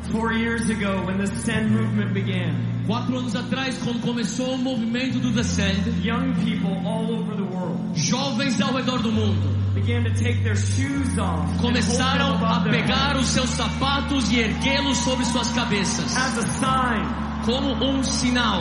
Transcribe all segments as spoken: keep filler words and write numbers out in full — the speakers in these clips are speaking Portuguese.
Four years ago, when the Send movement began, Quatro anos atrás, quando começou o movimento do The Send, young people all over the world jovens ao redor do mundo began to take their shoes off and começaram hold them a above their pegar heads os seus sapatos e erguê-los sobre suas cabeças, as a sign. como um sinal.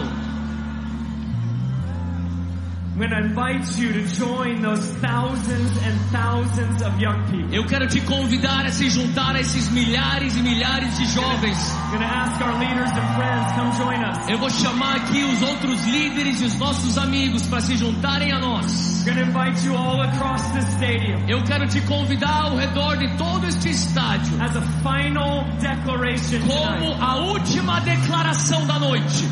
I'm going to invite you to join those thousands and thousands of young people. Eu quero te convidar a se juntar a esses milhares e milhares de jovens. I'm going to ask our leaders and friends, come join us. Eu vou chamar aqui os outros líderes e os nossos amigos para se juntarem a nós. I'm going to invite you all across this stadium Eu quero te convidar ao redor de todo este estádio, as a final declaration como tonight. a última declaração da noite,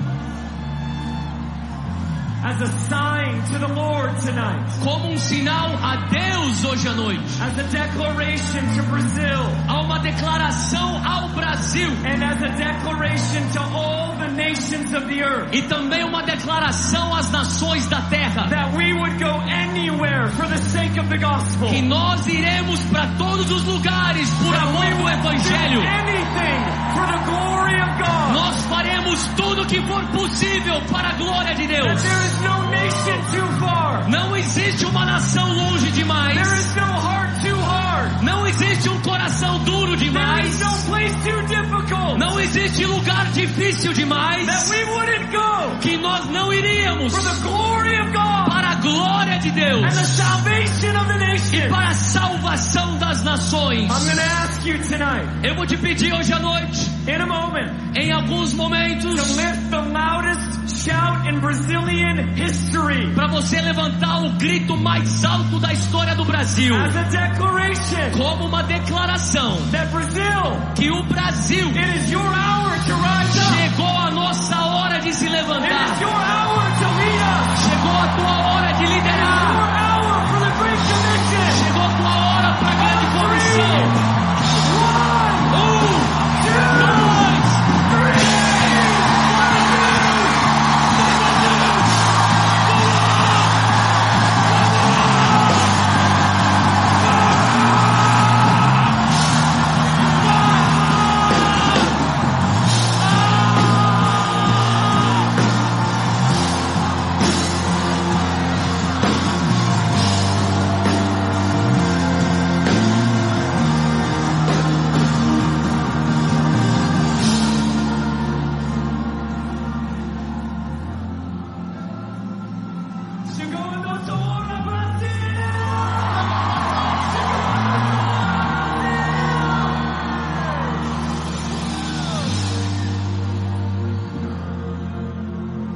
As a sign to the Lord tonight. como um sinal a Deus hoje à noite, As a declaration to Brazil. há uma declaração ao Brasil And as a declaration to all the nations of the earth. e também uma declaração às nações da terra, That we would go anywhere for the sake of the gospel. que nós iremos para todos os lugares por amor do Evangelho. Do anything for the glory of God. Nós faremos tudo o que for possível para a glória de That Deus. there is no nation too far. Não existe uma nação longe demais. There is no heart too hard. Não existe um coração duro There demais. is no place too difficult. Não existe lugar difícil demais That we wouldn't go que nós não iríamos for the glory of God. para a glória de Deus And the salvation of the e nation. para a salvação das nações. I'm going to ask you tonight, Eu vou te pedir hoje à noite, in a moment, em alguns momentos, to lift the loudest shout in Brazilian history. para você levantar o grito mais alto da história do Brasil, As a declaration como uma declaração that Brazil, que o Brasil it is your